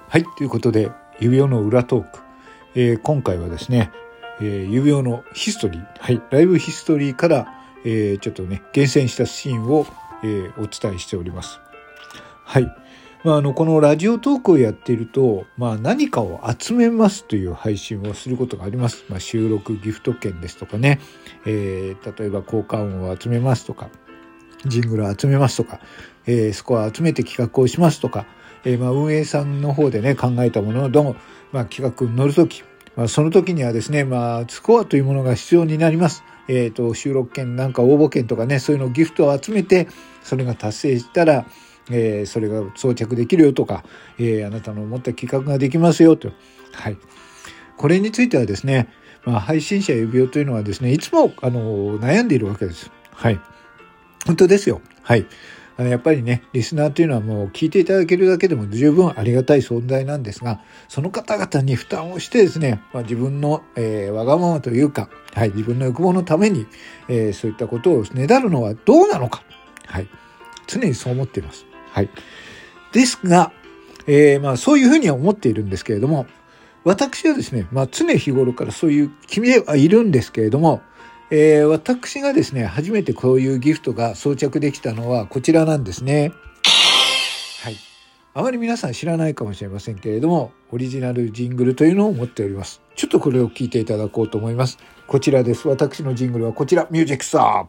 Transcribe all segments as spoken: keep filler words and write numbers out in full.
はい、ということで指輪の裏トーク、えー、今回はですね、えー、指輪のヒストリー、はい、ライブヒストリーから、えー、ちょっとね厳選したシーンを、えー、お伝えしております。はい、まあ、あのこのラジオトークをやっていると、まあ、何かを集めますという配信をすることがあります。まあ、収録ギフト券ですとかね、えー、例えば効果音を集めますとか、ジングルを集めますとか、えー、そこを集めて企画をしますとか、えー、まあ運営さんの方でね考えたものを、まあ、企画に乗るとき、まあ、その時にはですね、まあ、スコアというものが必要になります。えーと、収録券なんか応募券とかね、そういうのをギフトを集めて、それが達成したら、えー、それが装着できるよとか、えー、あなたの思った企画ができますよと。はい。これについてはですね、まあ、配信者指輪というのはですね、いつもあの悩んでいるわけです。はい。本当ですよ。はい。あのやっぱりね、リスナーというのはもう聞いていただけるだけでも十分ありがたい存在なんですが、その方々に負担をしてですね、まあ、自分の、えー、わがままというか、はい、自分の欲望のために、えー、そういったことをねだるのはどうなのか。はい。常にそう思っています。はい。ですが、えー、まあそういうふうには思っているんですけれども、私はですね、まあ常日頃からそういう決めはいるんですけれども、えー、私がですね、初めてこういうギフトが装着できたのはこちらなんですね。はい。あまり皆さん知らないかもしれませんけれども、オリジナルジングルというのを持っております。ちょっとこれを聞いていただこうと思います。こちらです。私のジングルはこちら、ミュージックスター。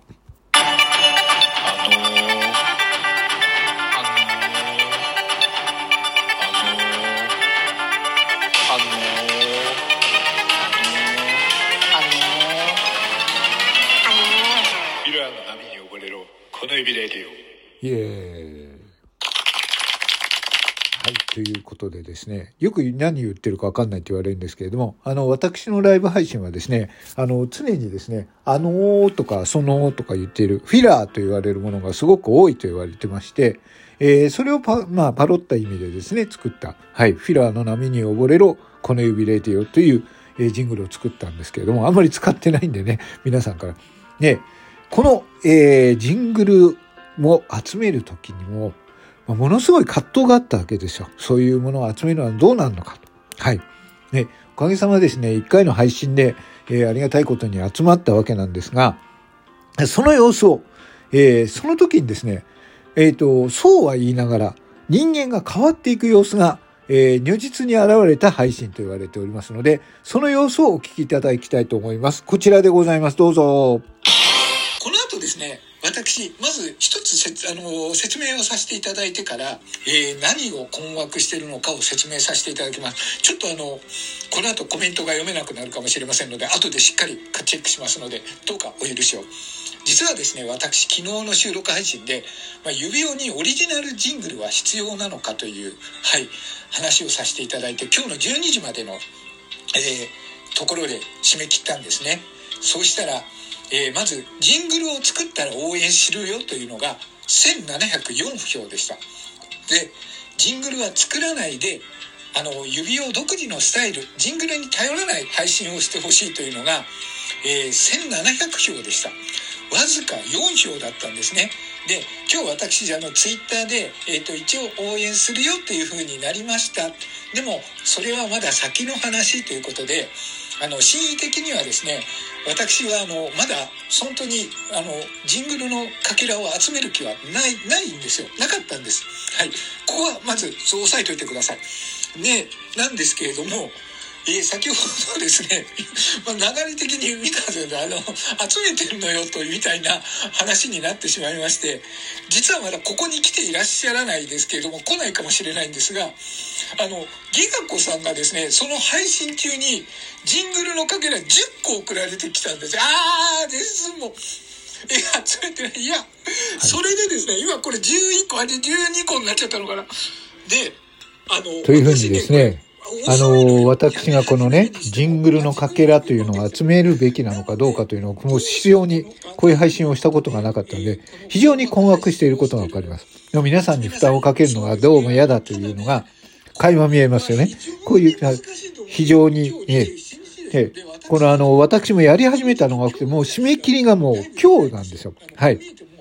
この指レディオ。イエーイ。はい、ということでですね、よく何言ってるか分かんないって言われるんですけれども、あの、私のライブ配信はですね、あの、常にですね、あのーとか、そのーとか言っている、フィラーと言われるものがすごく多いと言われてまして、えー、それをパ、まあ、パロった意味でですね、作った、はい、フィラーの波に溺れろ、この指レディオという、えー、ジングルを作ったんですけれども、あんまり使ってないんでね、皆さんから、ね、この、えー、ジングルを集めるときにも、ものすごい葛藤があったわけですよ。そういうものを集めるのはどうなるのかと。はい。ね、おかげさまですね、一回の配信で、えー、ありがたいことに集まったわけなんですが、その様子を、えー、その時にですね、えっと、そうは言いながら、人間が変わっていく様子が、えー、如実に現れた配信と言われておりますので、その様子をお聞きいただきたいと思います。こちらでございます。どうぞ。この後ですね、私まず一つせあの説明をさせていただいてから、えー、何を困惑しているのかを説明させていただきます。ちょっとあのこの後コメントが読めなくなるかもしれませんので、後でしっかりチェックしますので、どうかお許しを。実はですね、私昨日の収録配信で、まあ、指輪にオリジナルジングルは必要なのかという、はい、話をさせていただいて、今日のじゅうにじまでの、えー、ところで締め切ったんですね。そうしたらえー、まずジングルを作ったら応援するよというのがせんななひゃくよんひょうでした。で、ジングルは作らないで、あの指輪独自のスタイル、ジングルに頼らない配信をしてほしいというのが、えー、せんななひゃくひょうでした。わずかよんひょうだったんですね。で、今日私あのツイッターで、えーと、一応応援するよというふうになりました。でもそれはまだ先の話ということで、あの心意的にはですね、私はあのまだ本当にあのジングルのかけらを集める気はないないんですよ。なかったんです。はい。ここはまずそう押さえておいてください。ね、なんですけれども、えー、先ほどですね、まあ、流れ的に見たので、あの集めてるのよとみたいな話になってしまいまして、実はまだここに来ていらっしゃらないですけれども、来ないかもしれないんですが、あのギガ子さんがですね、その配信中にジングルのかけらじゅっこ送られてきたんです。あーですもん。え、集めてない。いや、はい、それでですね、今これじゅういっこ、あれじゅうにこになっちゃったのかな。で、あの、というふうにですね、あの、私がこのね、ジングルのかけらというのを集めるべきなのかどうかというのを、もう必要に、こういう配信をしたことがなかったので、非常に困惑していることがわかります。でも皆さんに負担をかけるのがどうも嫌だというのが、垣間見えますよね。こういう、非常に、ね、えこのあの、私もやり始めたのが多くて、もう締め切りがもう今日なんですよ。はい。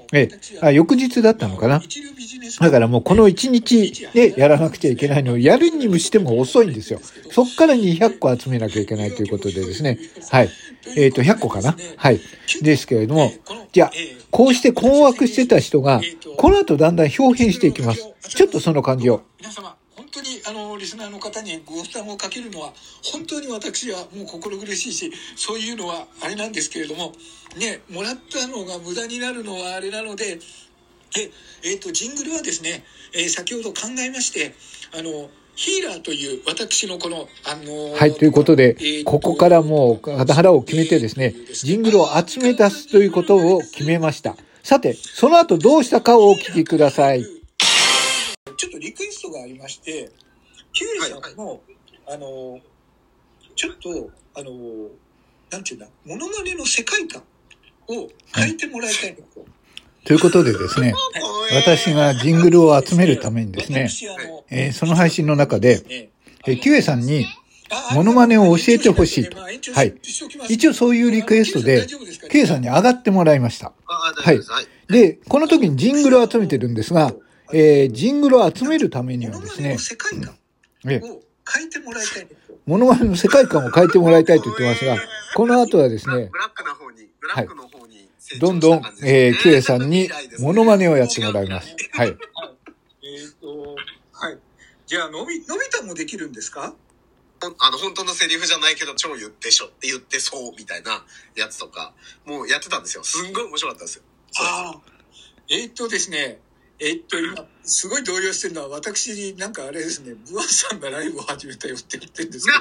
ええ、あ、翌日だったのかな。だからもうこのいちにちでやらなくちゃいけないのをやるにしても遅いんですよ。そっからにひゃっこ集めなきゃいけないということでですね。はい。えっと、ひゃっこかな。はい。ですけれども、じゃあ、こうして困惑してた人が、この後だんだん表変していきます。ちょっとその感じを。 皆様、本当にあのリスナーの方にご負担をかけるのは本当に私はもう心苦しいし、そういうのはあれなんですけれどもね、もらったのが無駄になるのはあれなので、でえっとジングルはですね、えー、先ほど考えまして、あのヒーラーという私のこのあのはい、ということで、えー、ここからもう腹を決めてですね、ジングルを集め出すということを決めました。さて、その後どうしたかをお聞きください。 ちょっとリクエストがありまして、キュウリさんの、はいはい、あのちょっとあのなんていうんだ、モノマネの世界観を変えてもらいたいと、はい、 ということでですね、私がジングルを集めるためにですね、えー、その配信の中で、えー、キュウエさんにモノマネを教えてほしいと。はい。一応そういうリクエストで、キュウエさんに上がってもらいました。はい。で、この時にジングルを集めてるんですが、えー、ジングルを集めるためにはですね、えー、モノマネの世界観を変えてもらいたいと言ってますが、この後はですね、 ブラックの方に、ブラックの方に、 はい、どんどん、えー、キュウエさんにモノマネをやってもらいます。はい。えっと、はい。じゃあ、のび、のび太もできるんですか？ あの、本当のセリフじゃないけど、超言ってしょ、言ってそう、みたいなやつとか、もうやってたんですよ。すんごい面白かったんですよ。 ああ。えー、っとですね、えー、っと、今、すごい動揺してるのは、私、なんかあれですね、ブワさんがライブを始めたよって言ってるんですけど。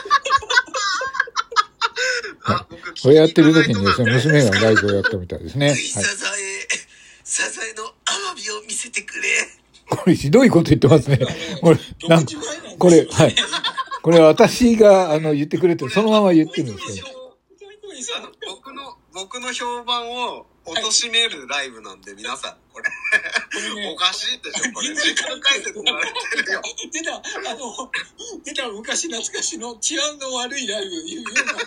これやってる時にですね、娘がライブをやったみたいですね。はい、 サザエ、サザエのアワビを見せてくれ。 これひどいこと言ってますね。これ、なんか、これ、はい。これは私が、あの、言ってくれて、そのまま言ってるんですけど。 あの、僕の、僕の評判を貶めるライブなんで、皆さん、これ、おかしいでしょ、これ。時間解説言われてるよ。 出た、あの、出た昔懐かしの治安の悪いライブ、いうような。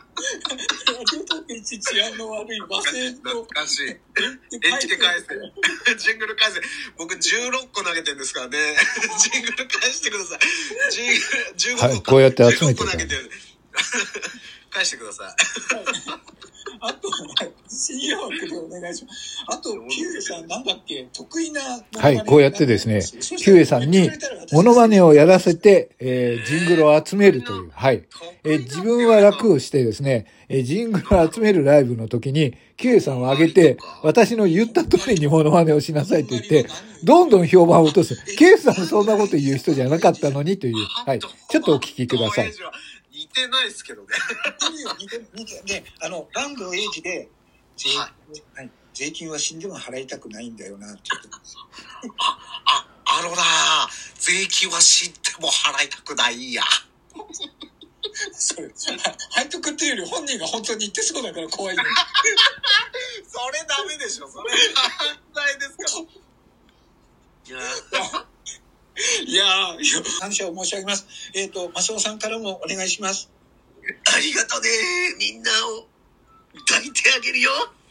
治安の悪い罵声と。 懐かしい。エンチケ返せ。ジングル返せ。僕じゅうろっこ投げてるんですからね。ジングル返してください。ジングル、じゅうごこ。 はい、こうやって集めてる。 返してください。 あと、深夜枠でお願いします。あと、キュウエさんなんだっけ、得意な。 はい、こうやってですね、キュウエさんにモノマネをやらせて、えー、ジングルを集めるという、はい。えー、自分は楽をしてですね、えー、ジングルを集めるライブの時に、キュウエさんを上げて、私の言った通りにモノマネをしなさいと言って、どんどん評判を落とす。キュウエさんそんなこと言う人じゃなかったのにという、はい。ちょっとお聞きください。 似てないですけどね。 似てる、似てる。で、あの、ランドエイジで、税、はいはい、税金は死んでも払いたくないんだよな、って言ってます。 あ、あ、あのな税金は死んでも払いたくないや。 それ、背徳っていうより本人が本当に言ってそうだから怖いね。 それダメでしょ、それ反対ですから。いやいやー、感謝を申し上げます。えっと、マスオさんからもお願いします。 ありがとね。みんなを抱いてあげるよ。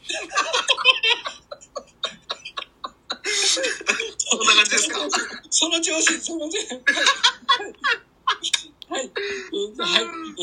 そんな感じですか？ その調子、その調子。はい。はい。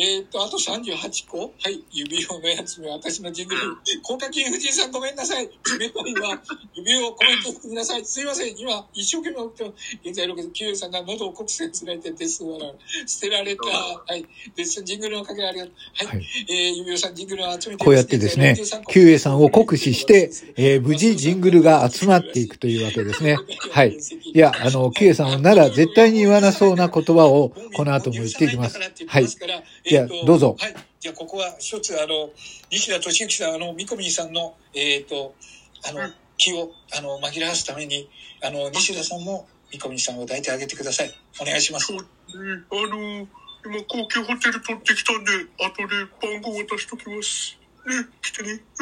えっと、あとさんじゅうはちこ。はい。指輪のやつも私のジングル。高課金藤井さんごめんなさい。めったには指輪をコメントしてください。すいません。今、一生懸命起きて、現在ろくじゅうきゅうさんが喉を酷使されてデス笑う。捨てられた。はい。デスジングルのかけありがとう。はい。はい、えー、指輪さんジングルを集めて、 こうやってですね、キュウエさんを酷使して、えー、無事ジングルが集まっていくというわけですね。はい。いや、あの、キュウエさんなら絶対に言わなそうな言葉を、この後も言っていきます。はい。じゃあ、どうぞ。 はい。じゃあ、ここは一つ、あの、西田敏行さん、あの、ミコミンさんの、えっと、あの、気を、あの、紛らわすために、あの、西田さんもミコミンさんを抱いてあげてください。お願いします。 そうですね。あの、今、高級ホテル取ってきたんで、後で番号渡しときます。ね、来てね。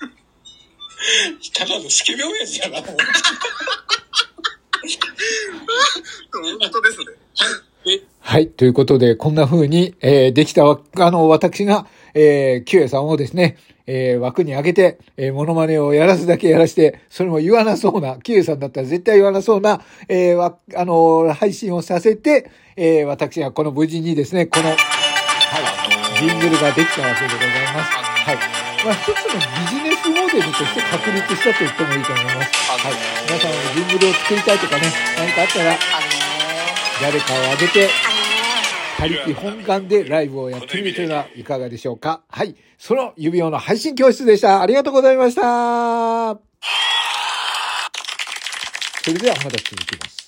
ただのスケベ親父やな、もう。 本当ですね。 はい。ということで、こんな風に、えー、できたわ、あの、私が、えー、キュウエさんをですね、えー、枠に上げて、えー、モノマネをやらすだけやらして、それも言わなそうな、キュウエさんだったら絶対言わなそうな、えー、わ、あのー、配信をさせて、えー、私がこの無事にですね、この、はい、ジングルができたわけでございます。はい。まあ、一つのビジネスモデルとして確立したと言ってもいいと思います。はい。皆さんもジングルを作りたいとかね、何かあったら、誰かを挙げて、他力本願でライブをやってみるというのはいかがでしょうか。はい。その指輪の配信教室でした。ありがとうございました。それではまだ続きます。